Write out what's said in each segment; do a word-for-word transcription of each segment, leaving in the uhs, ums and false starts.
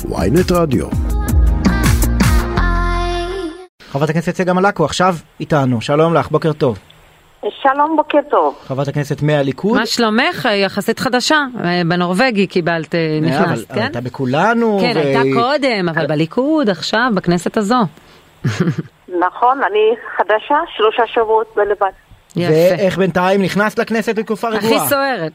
וויינט רדיו. חברת הכנסת צגה מלקו עכשיו איתנו. שלום לך, בוקר טוב. שלום, בוקר טוב. חברת הכנסת מהליכוד. מה שלומך? יחסית חדשה. בנורווגי קיבלת, נכנסת, כן? הייתה בכולנו. כן, הייתה קודם, אבל בליכוד עכשיו, בכנסת הזו. נכון, אני חדשה, שלושה שבועות בלבד. ואיך בינתיים נכנסת לכנסת בתקופה רגועה? הכי סוערת.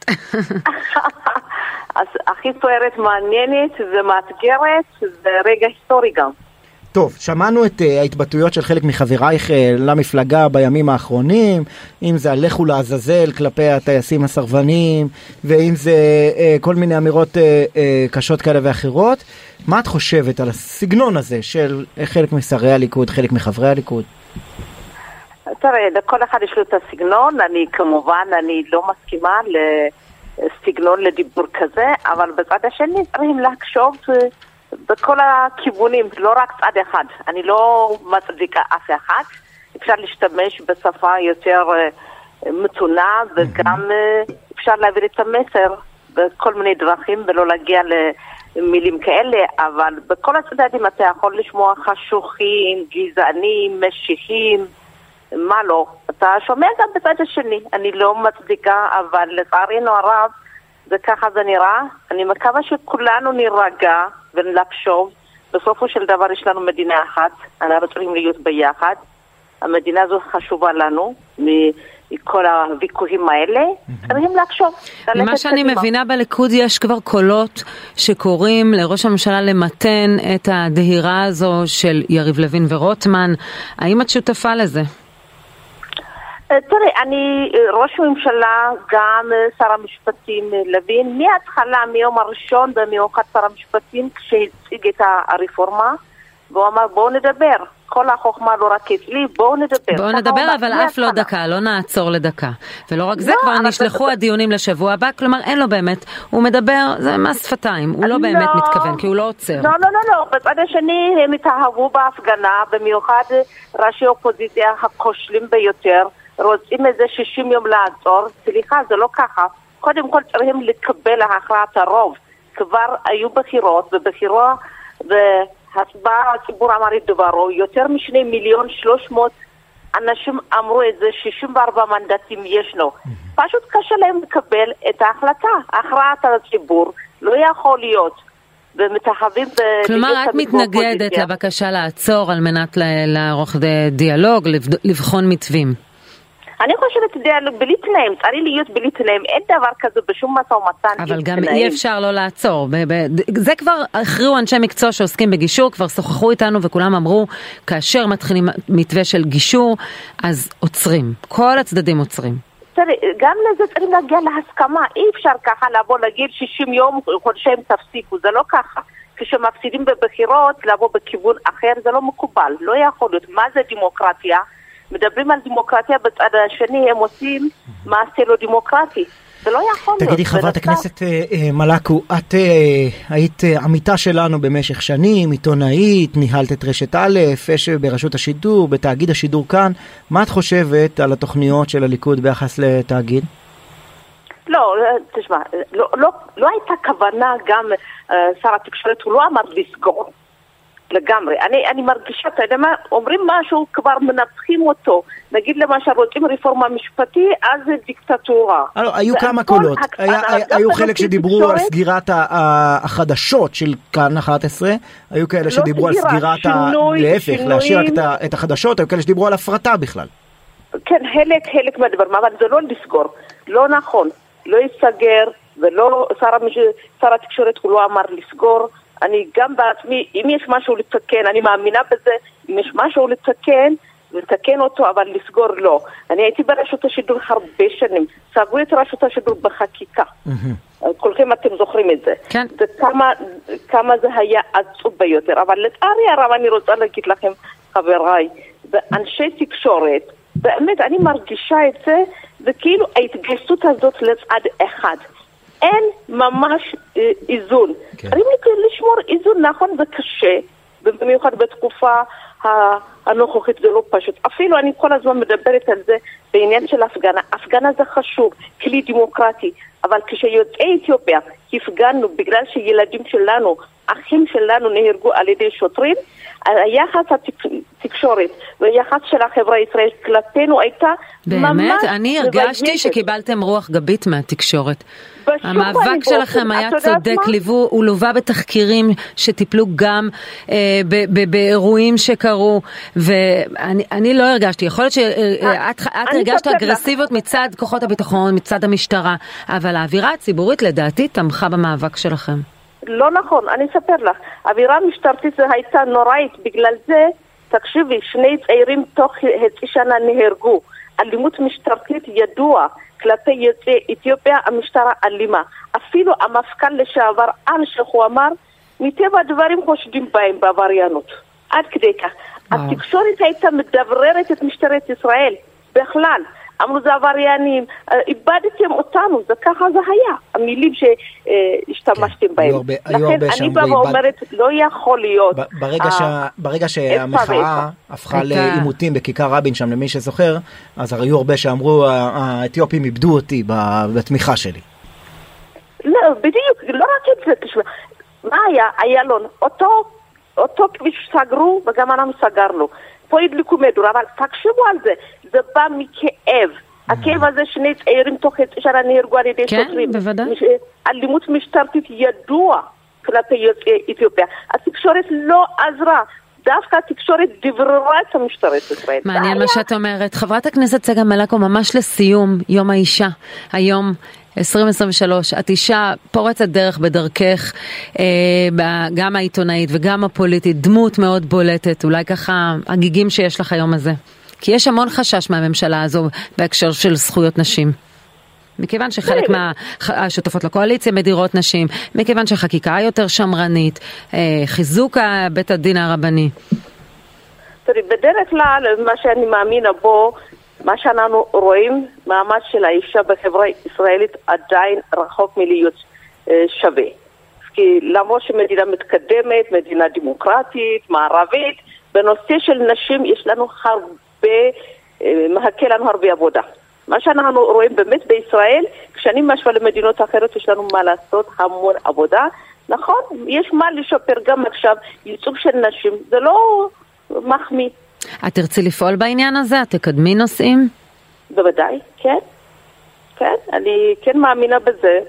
אז הכי סוערת, מעניינת ומאתגרת, ורגע היסטורי גם. טוב, שמענו את uh, ההתבטאויות של חלק מחברייך uh, למפלגה בימים האחרונים, אם זה הלכו לעזאזל כלפי הטייסים הסרבנים, ואם זה uh, כל מיני אמירות uh, uh, קשות כאלה ואחרות. מה את חושבת על הסגנון הזה של חלק משרי הליכוד, חלק מחברי הליכוד? תראה, לכל אחד יש לו את הסגנון, אני כמובן, אני לא מסכימה לסגנון לדיבור כזה, אבל בצד השני צריכים לחשוב בכל הכיוונים, לא רק צד אחד. אני לא מצדיקה אף אחד. אפשר להשתמש בשפה יותר מתונה, וגם אפשר להעביר את המסר בכל מיני דרכים, ולא להגיע למילים כאלה, אבל בכל הצדדים אתה יכול לשמוע חשוכים, גזענים, משיחים, מה לא. אתה שומע גם בצד השני. אני לא מצדיקה, אבל לצערנו הרב, זה ככה זה נראה. אני מקווה שכולנו נרגע ולחשוב. בסופו של דבר יש לנו מדינה אחת. אנחנו צריכים להיות ביחד. המדינה הזו חשובה לנו מכל הוויכוחים האלה. צריכים לחשוב. מה שאני מבינה בליכוד יש כבר קולות שקוראים לראש הממשלה למתן את הדהירה הזו של יריב לוין ורוטמן. האם את שותפה לזה? תראה, אני ראש ממשלה, גם שר המשפטים לוין, מההתחלה, מיום הראשון במיוחד שר המשפטים, כשהציג את הרפורמה, והוא אמר בואו נדבר, כל החוכמה לא רק אצלי, בואו נדבר. בואו נדבר, אבל אף לא דקה, לא נעצור לדקה. ולא רק זה, כבר נשלחו הדיונים לשבוע הבא, כלומר אין לו באמת, הוא מדבר, זה מס שפתיים, הוא לא באמת מתכוון, כי הוא לא עוצר. לא, לא, לא, לא, בצד השני הם התאהבו בהפגנה, במיוחד ראשי אופוזיציה הכושלים ביותר, רוצים איזה שישים יום לעצור. סליחה, זה לא ככה. קודם כל צריכים לקבל ההכרעת הרוב. כבר היו בחירות, ובחירות והצבעה הציבור אמר את דברו, יותר משני מיליון שלוש מאות אנשים אמרו את זה, שישים וארבעה מנדטים ישנו. פשוט קשה להם לקבל את ההחלטה. ההכרעת הציבור לא יכול להיות. ומתאהבים ב... כלומר, את מתנגדת לבקשה לעצור על מנת לערוך דיאלוג, לבחון מתווים. אני חושבת דיאלוג בלי תנאים, צריך להיות בלי תנאים, אין דבר כזה בשום משא ומתן. אבל גם אי אפשר לא לעצור. זה כבר הכריעו אנשי מקצוע שעוסקים בגישור, כבר שוחחו איתנו וכולם אמרו, כאשר מתחילים מתווה של גישור, אז עוצרים. כל הצדדים עוצרים. תראי, גם לזה צריכים להגיע להסכמה. אי אפשר ככה לבוא להגיד שישים יום, חודשיים תפסיקו, זה לא ככה. כשמפסידים בבחירות, לבוא בכיוון אחר, זה לא מקובל. לא יכול להיות. מה זה דמוקרטיה? מדברים על דמוקרטיה בצד השני, הם עושים מעשה לא דמוקרטי. זה לא יכול להיות. תגידי, חברת הכנסת מלקו, את היית עמיתה שלנו במשך שנים, עיתונאית, ניהלת את רשת א', ברשות השידור, בתאגיד השידור כאן. מה את חושבת על התוכניות של הליכוד ביחס לתאגיד? לא, תשמע, לא, לא, לא הייתה כוונה, גם שר התקשורת הוא לא אמר לסגור. לגמרי. אני, אני מרגישה, אתה יודע מה, אומרים משהו, כבר מנפחים אותו. נגיד למשל, רוצים רפורמה משפטי, אז זה דיקטטורה. היו כמה קולות. היו חלק שדיברו על סגירת החדשות של כאן אחת עשרה, היו כאלה שדיברו על סגירת, להפך, להשאיר את החדשות, היו כאלה שדיברו על הפרטה בכלל. כן, חלק, חלק מהדברים, אבל זה לא לסגור. לא נכון. לא יסגר, ולא, שר התקשורת הוא לא אמר לסגור. אני גם בעצמי, אם יש משהו לתקן, אני מאמינה בזה, אם יש משהו לתקן, לתקן אותו, אבל לסגור לא. אני הייתי ברשות השידור הרבה שנים, סגרו את רשות השידור בחקיקה. כולכם אתם זוכרים את זה. כן. וכמה, כמה זה היה עצוב ביותר. אבל לצערי הרב אני רוצה להגיד לכם, חבריי, ואנשי תקשורת, באמת אני מרגישה את זה, וכאילו ההתגייסות הזאת לצד אחד. אין ממש איזון. צריכים לשמור איזון, נכון, זה קשה, ובמיוחד בתקופה הנוכחית זה לא פשוט. אפילו אני כל הזמן מדברת על זה בעניין של הפגנה. הפגנה זה חשוב, כלי דמוקרטי, אבל כשיוצאי אתיופיה הפגנו בגלל שילדים שלנו, אחים שלנו נהרגו על ידי שוטרים, היחס התקשורת והיחס של החברה הישראלית כלפינו הייתה ממש באמת, אני הרגשתי שקיבלתם רוח גבית מהתקשורת. המאבק שלכם היה צודק, הוא לובה בתחקירים שטיפלו גם באירועים שקרו, ואני לא הרגשתי, יכול להיות שאת הרגשת אגרסיביות מצד כוחות הביטחון, מצד המשטרה, אבל האווירה הציבורית לדעתי תמכה במאבק שלכם. לא נכון, אני אספר לך. האווירה המשטרתית הייתה נוראית, בגלל זה, תקשיבי, שני צעירים תוך חצי שנה נהרגו. אלימות משטרתית ידוע, כלפי יוצאי אתיופיה המשטרה אלימה. אפילו המפכ"ל לשעבר אלשיך הוא אמר, מטבע הדברים חושדים בהם בעבריינות. עד כדי כך. התקשורת הייתה מדבררת את משטרת ישראל, בכלל. אמרו זה עבריינים, איבדתם אותנו, זה ככה זה היה, המילים שהשתמשתם בהם. לכן אני באה ואומרת, לא יכול להיות. ברגע שהמחאה הפכה לעימותים בכיכר רבין שם, למי שזוכר, אז היו הרבה שאמרו, האתיופים איבדו אותי בתמיכה שלי. לא, בדיוק, לא רק את זה, תשמע, מה היה? איילון, אותו כביש סגרו וגם אנחנו סגרנו. פה הדליקו מדורה, אבל תקשיבו על זה, זה בא מכאב. הכאב הזה שני צעירים תוך חצי שנה נהרגו על ידי שוטרים. כן, בוודאי. אלימות משטרתית ידוע כלפי יוצאי אתיופיה. התקשורת לא עזרה. דווקא התקשורת דבררה את המשטרת ישראל. מעניין מה שאת אומרת. חברת הכנסת צגה מלקו, ממש לסיום, יום האישה. היום עשרים עשרים ושלוש, את אישה פורצת דרך בדרכך, אה, גם העיתונאית וגם הפוליטית, דמות מאוד בולטת, אולי ככה הגיגים שיש לך היום הזה. כי יש המון חשש מהממשלה הזו בהקשר של זכויות נשים. מכיוון שחלק מהשותפות לקואליציה מדירות נשים, מכיוון שחקיקה יותר שמרנית, אה, חיזוק בית הדין הרבני. תראי, בדרך כלל מה שאני מאמינה בו, מה שאנחנו רואים, מעמד של האישה בחברה הישראלית עדיין רחוק מלהיות אה, שווה. כי למרות שמדינה מתקדמת, מדינה דמוקרטית, מערבית, בנושא של נשים יש לנו הרבה, אה, מחכה לנו הרבה עבודה. מה שאנחנו רואים באמת בישראל, כשאני משווה למדינות אחרות, יש לנו מה לעשות, המון עבודה. נכון, יש מה לשפר גם עכשיו, ייצוג של נשים, זה לא מחמיא. את תרצי לפעול בעניין הזה? את תקדמי נושאים? בוודאי, כן. כן, אני כן מאמינה בזה.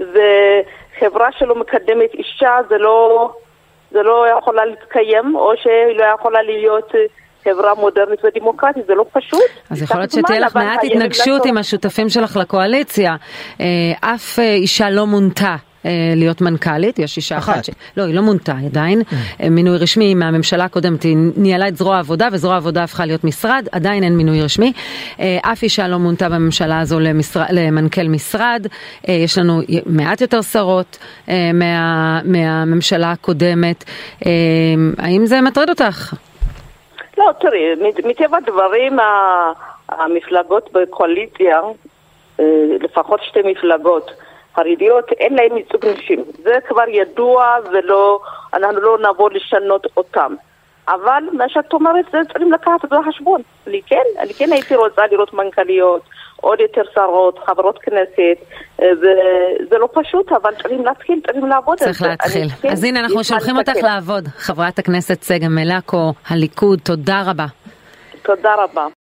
וחברה שלא מקדמת אישה, זה לא, זה לא יכולה להתקיים, או שהיא לא יכולה להיות חברה מודרנית ודמוקרטית, זה לא פשוט. אז יכול להיות שתהיה לך מעט התנגשות עם השותפים שלך לקואליציה. אף אישה לא מונתה להיות מנכ"לית, יש אישה אחת ש... לא, היא לא מונתה עדיין, מינוי רשמי מהממשלה הקודמת, היא ניהלה את זרוע העבודה, וזרוע העבודה הפכה להיות משרד, עדיין אין מינוי רשמי, אף אישה לא מונתה בממשלה הזו למנכ"ל משרד, יש לנו מעט יותר שרות מה... מהממשלה הקודמת, האם זה מטריד אותך? לא, תראי, מטבע הדברים המפלגות בקואליציה, לפחות שתי מפלגות, חרדיות, אין להם ייצוג נשים. זה כבר ידוע ולא, אנחנו לא נבוא לשנות אותם. אבל מה שאת אומרת, זה צריכים לקחת את זה לחשבון. אני כן, אני כן הייתי רוצה לראות מנכ"ליות, עוד יותר שרות, חברות כנסת, זה, זה לא פשוט, אבל צריכים להתחיל, צריכים לעבוד. צריך להתחיל. כן, אז הנה, אנחנו שולחים אותך לעבוד. חברת הכנסת צגה מלקו, הליכוד, תודה רבה. תודה רבה.